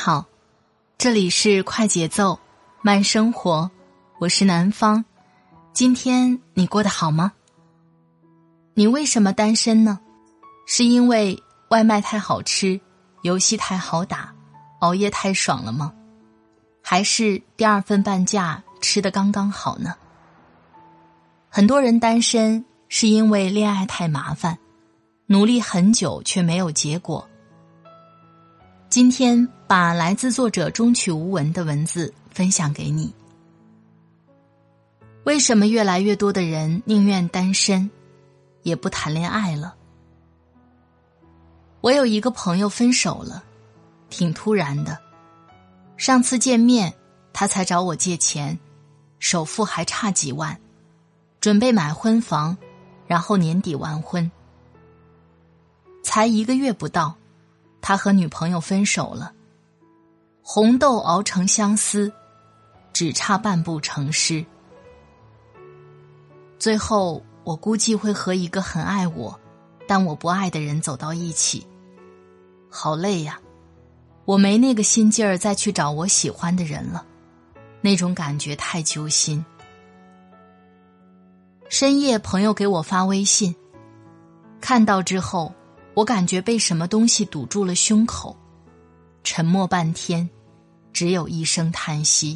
好，这里是快节奏慢生活，我是南方。今天你过得好吗？你为什么单身呢？是因为外卖太好吃，游戏太好打，熬夜太爽了吗？还是第二份半价吃得刚刚好呢？很多人单身是因为恋爱太麻烦，努力很久却没有结果。今天把来自作者中曲无闻的文字分享给你。为什么越来越多的人宁愿单身，也不谈恋爱了？我有一个朋友分手了，挺突然的。上次见面，他才找我借钱，首付还差几万，准备买婚房，然后年底完婚。才1个月不到，他和女朋友分手了。红豆熬成相思，只差半步成诗。最后我估计会和一个很爱我但我不爱的人走到一起。好累呀，我没那个心劲儿再去找我喜欢的人了，那种感觉太揪心。深夜朋友给我发微信，看到之后我感觉被什么东西堵住了胸口，沉默半天，只有一声叹息。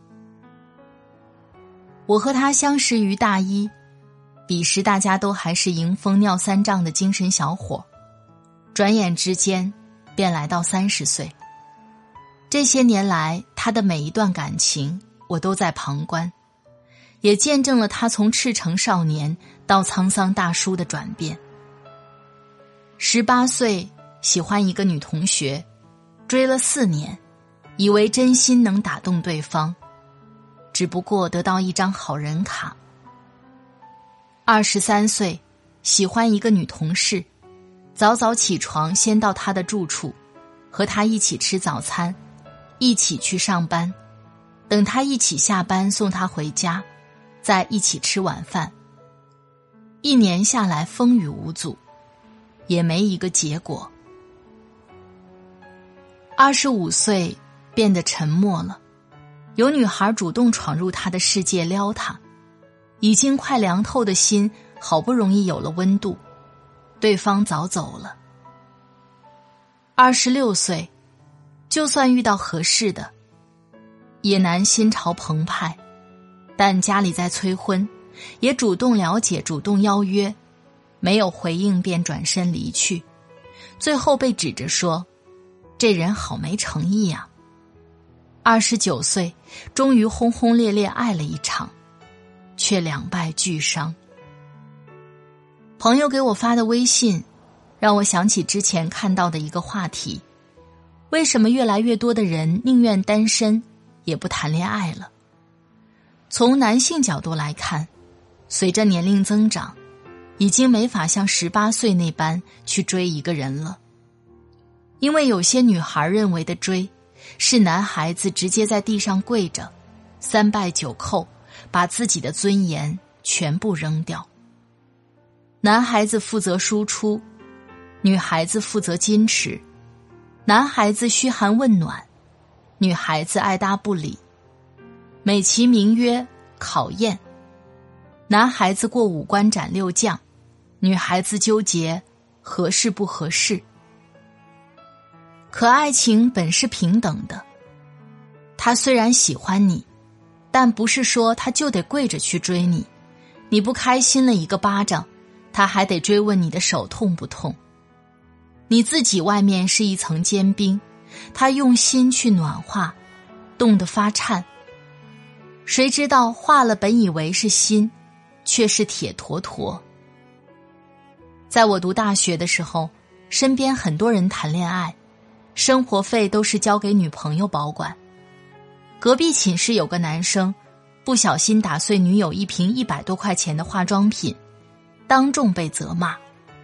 我和他相识于大一，彼时大家都还是迎风尿3丈的精神小伙，转眼之间便来到30岁。这些年来，他的每一段感情我都在旁观，也见证了他从赤诚少年到沧桑大叔的转变。18岁喜欢一个女同学，追了4年，以为真心能打动对方，只不过得到一张好人卡。23岁喜欢一个女同事，早早起床先到她的住处，和她一起吃早餐，一起去上班，等她一起下班送她回家，再一起吃晚饭。1年下来风雨无阻，也没一个结果。25岁变得沉默了，有女孩主动闯入他的世界撩他，已经快凉透的心好不容易有了温度，对方早走了。26岁，就算遇到合适的，也难心潮澎湃，但家里在催婚，也主动了解，主动邀约，没有回应便转身离去，最后被指着说，这人好没诚意啊。29岁，终于轰轰烈烈爱了一场，却两败俱伤。朋友给我发的微信，让我想起之前看到的一个话题：为什么越来越多的人宁愿单身，也不谈恋爱了？从男性角度来看，随着年龄增长，已经没法像18岁那般去追一个人了。因为有些女孩认为的追，是男孩子直接在地上跪着，3拜9叩，把自己的尊严全部扔掉。男孩子负责输出，女孩子负责矜持，男孩子嘘寒问暖，女孩子爱搭不理，美其名曰考验。男孩子过5关斩6将，女孩子纠结合适不合适。可爱情本是平等的，他虽然喜欢你，但不是说他就得跪着去追你，你不开心了一个巴掌，他还得追问你的手痛不痛。你自己外面是一层坚冰，他用心去暖化，冻得发颤。谁知道化了本以为是心，却是铁坨坨。在我读大学的时候，身边很多人谈恋爱，生活费都是交给女朋友保管。隔壁寝室有个男生，不小心打碎女友一瓶100多块钱的化妆品，当众被责骂。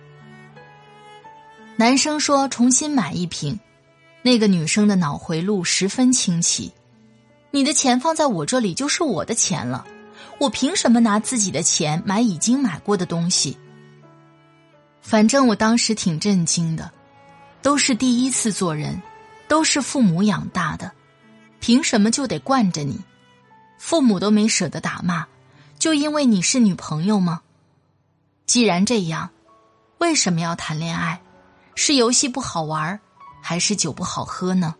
男生说重新买一瓶，那个女生的脑回路十分清奇，你的钱放在我这里就是我的钱了，我凭什么拿自己的钱买已经买过的东西？反正我当时挺震惊的，都是第一次做人， 都是父母养大的，凭什么就得惯着你？父母都没舍得打骂，就因为你是女朋友吗？既然这样，为什么要谈恋爱？是游戏不好玩，还是酒不好喝呢？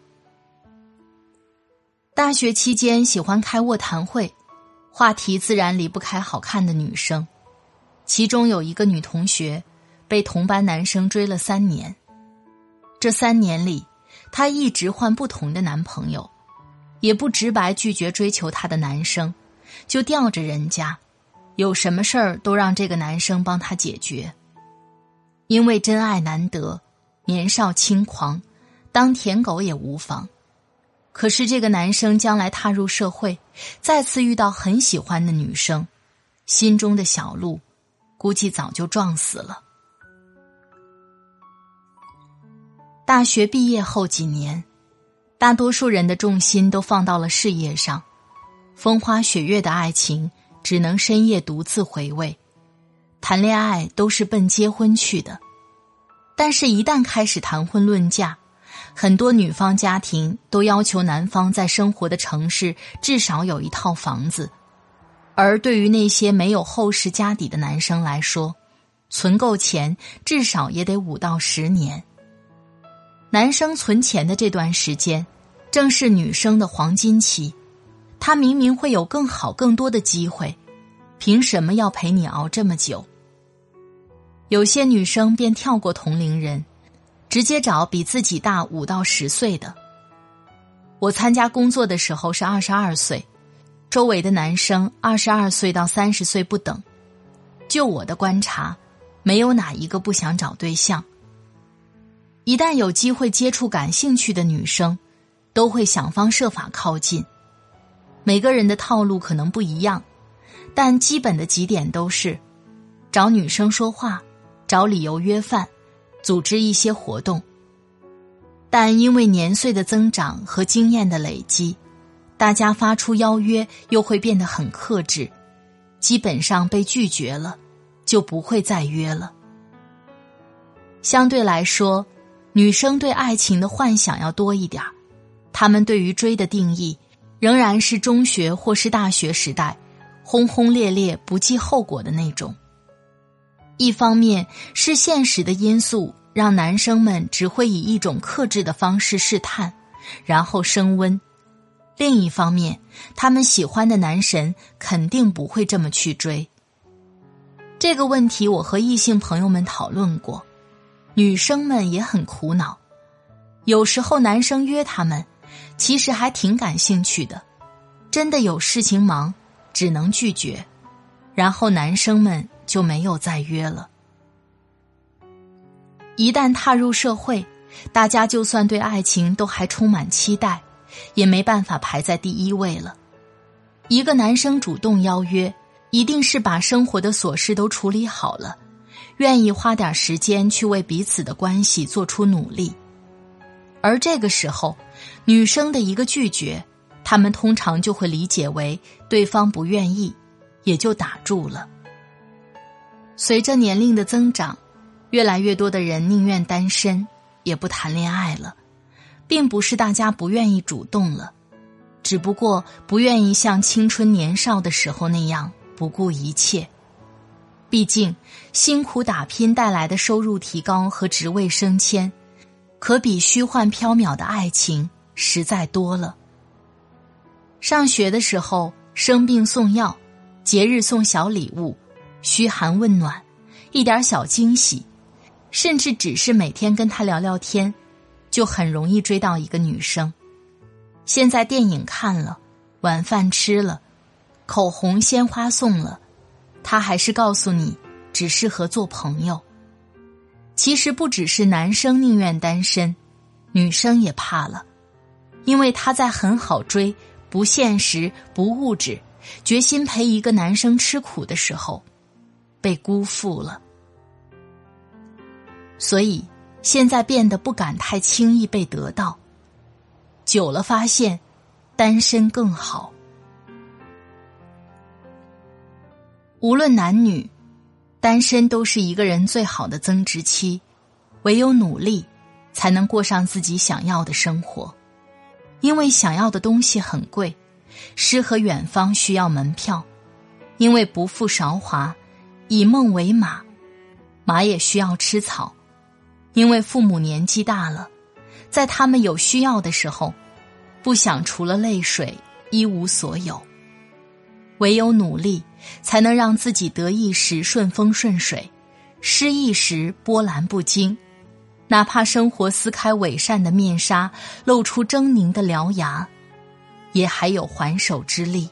大学期间喜欢开卧谈会，话题自然离不开好看的女生。其中有一个女同学被同班男生追了3年，这3年里，她一直换不同的男朋友，也不直白拒绝追求她的男生，就吊着人家，有什么事儿都让这个男生帮她解决。因为真爱难得，年少轻狂，当舔狗也无妨。可是这个男生将来踏入社会，再次遇到很喜欢的女生，心中的小鹿估计早就撞死了。大学毕业后几年，大多数人的重心都放到了事业上，风花雪月的爱情只能深夜独自回味，谈恋爱都是奔结婚去的。但是一旦开始谈婚论嫁，很多女方家庭都要求男方在生活的城市至少有一套房子，而对于那些没有后世家底的男生来说，存够钱至少也得5到10年。男生存钱的这段时间，正是女生的黄金期，他明明会有更好更多的机会，凭什么要陪你熬这么久？有些女生便跳过同龄人，直接找比自己大5到10岁的。我参加工作的时候是22岁，周围的男生22岁到30岁不等。就我的观察，没有哪一个不想找对象。一旦有机会接触感兴趣的女生，都会想方设法靠近。每个人的套路可能不一样，但基本的几点都是找女生说话，找理由约饭，组织一些活动。但因为年岁的增长和经验的累积，大家发出邀约又会变得很克制，基本上被拒绝了，就不会再约了。相对来说，女生对爱情的幻想要多一点，她们对于追的定义仍然是中学或是大学时代轰轰烈烈不计后果的那种。一方面是现实的因素让男生们只会以一种克制的方式试探，然后升温。另一方面，他们喜欢的男神肯定不会这么去追。这个问题我和异性朋友们讨论过，女生们也很苦恼。有时候男生约他们，其实还挺感兴趣的，真的有事情忙，只能拒绝，然后男生们就没有再约了。一旦踏入社会，大家就算对爱情都还充满期待，也没办法排在第一位了。一个男生主动邀约，一定是把生活的琐事都处理好了，愿意花点时间去为彼此的关系做出努力。而这个时候，女生的一个拒绝，他们通常就会理解为对方不愿意，也就打住了。随着年龄的增长，越来越多的人宁愿单身，也不谈恋爱了，并不是大家不愿意主动了，只不过不愿意像青春年少的时候那样不顾一切。毕竟辛苦打拼带来的收入提高和职位升迁，可比虚幻缥缈的爱情实在多了。上学的时候，生病送药，节日送小礼物，嘘寒问暖，一点小惊喜，甚至只是每天跟她聊聊天，就很容易追到一个女生。现在电影看了，晚饭吃了，口红鲜花送了，她还是告诉你只适合做朋友。其实不只是男生宁愿单身，女生也怕了，因为她在很好追，不现实，不物质，决心陪一个男生吃苦的时候，被辜负了。所以现在变得不敢太轻易被得到，久了发现单身更好。无论男女，单身都是一个人最好的增值期，唯有努力才能过上自己想要的生活。因为想要的东西很贵，诗和远方需要门票。因为不负韶华，以梦为马，马也需要吃草。因为父母年纪大了，在他们有需要的时候，不想除了泪水一无所有。唯有努力，才能让自己得意时顺风顺水，失意时波澜不惊。哪怕生活撕开伪善的面纱，露出狰狞的獠牙，也还有还手之力。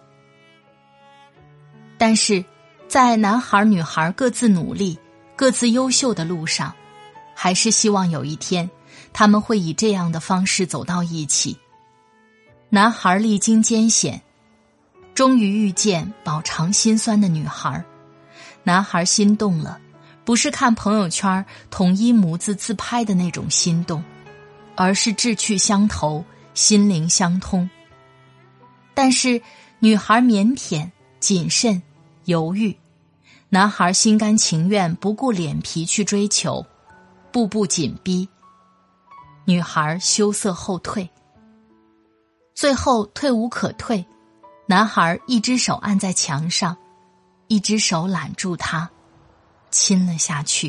但是在男孩女孩各自努力各自优秀的路上，还是希望有一天他们会以这样的方式走到一起。男孩历经艰险，终于遇见饱尝辛酸的女孩。男孩心动了，不是看朋友圈统一模子自拍的那种心动，而是志趣相投，心灵相通。但是女孩腼腆谨慎犹豫，男孩心甘情愿不顾脸皮去追求，步步紧逼。女孩羞涩后退，最后退无可退，男孩一只手按在墙上，一只手揽住她，亲了下去。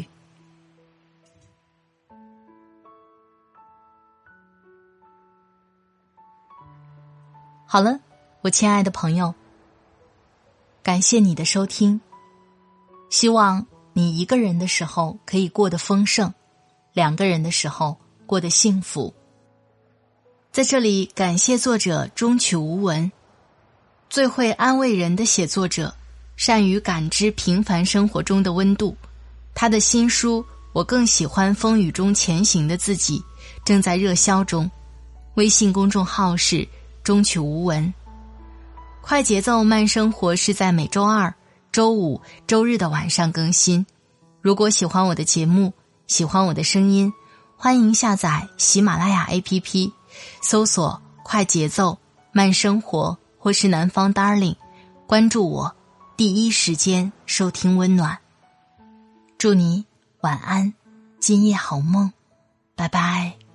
好了，我亲爱的朋友，感谢你的收听。希望你一个人的时候可以过得丰盛，两个人的时候过得幸福。在这里感谢作者中曲无闻，最会安慰人的写作者，善于感知平凡生活中的温度。他的新书《我更喜欢风雨中前行的自己》正在热销中，微信公众号是中曲无闻。快节奏慢生活是在每周二、周五、周日的晚上更新。如果喜欢我的节目，喜欢我的声音，欢迎下载喜马拉雅 APP， 搜索快节奏慢生活或是南方 Darling， 关注我，第一时间收听温暖。祝你晚安，今夜好梦，拜拜。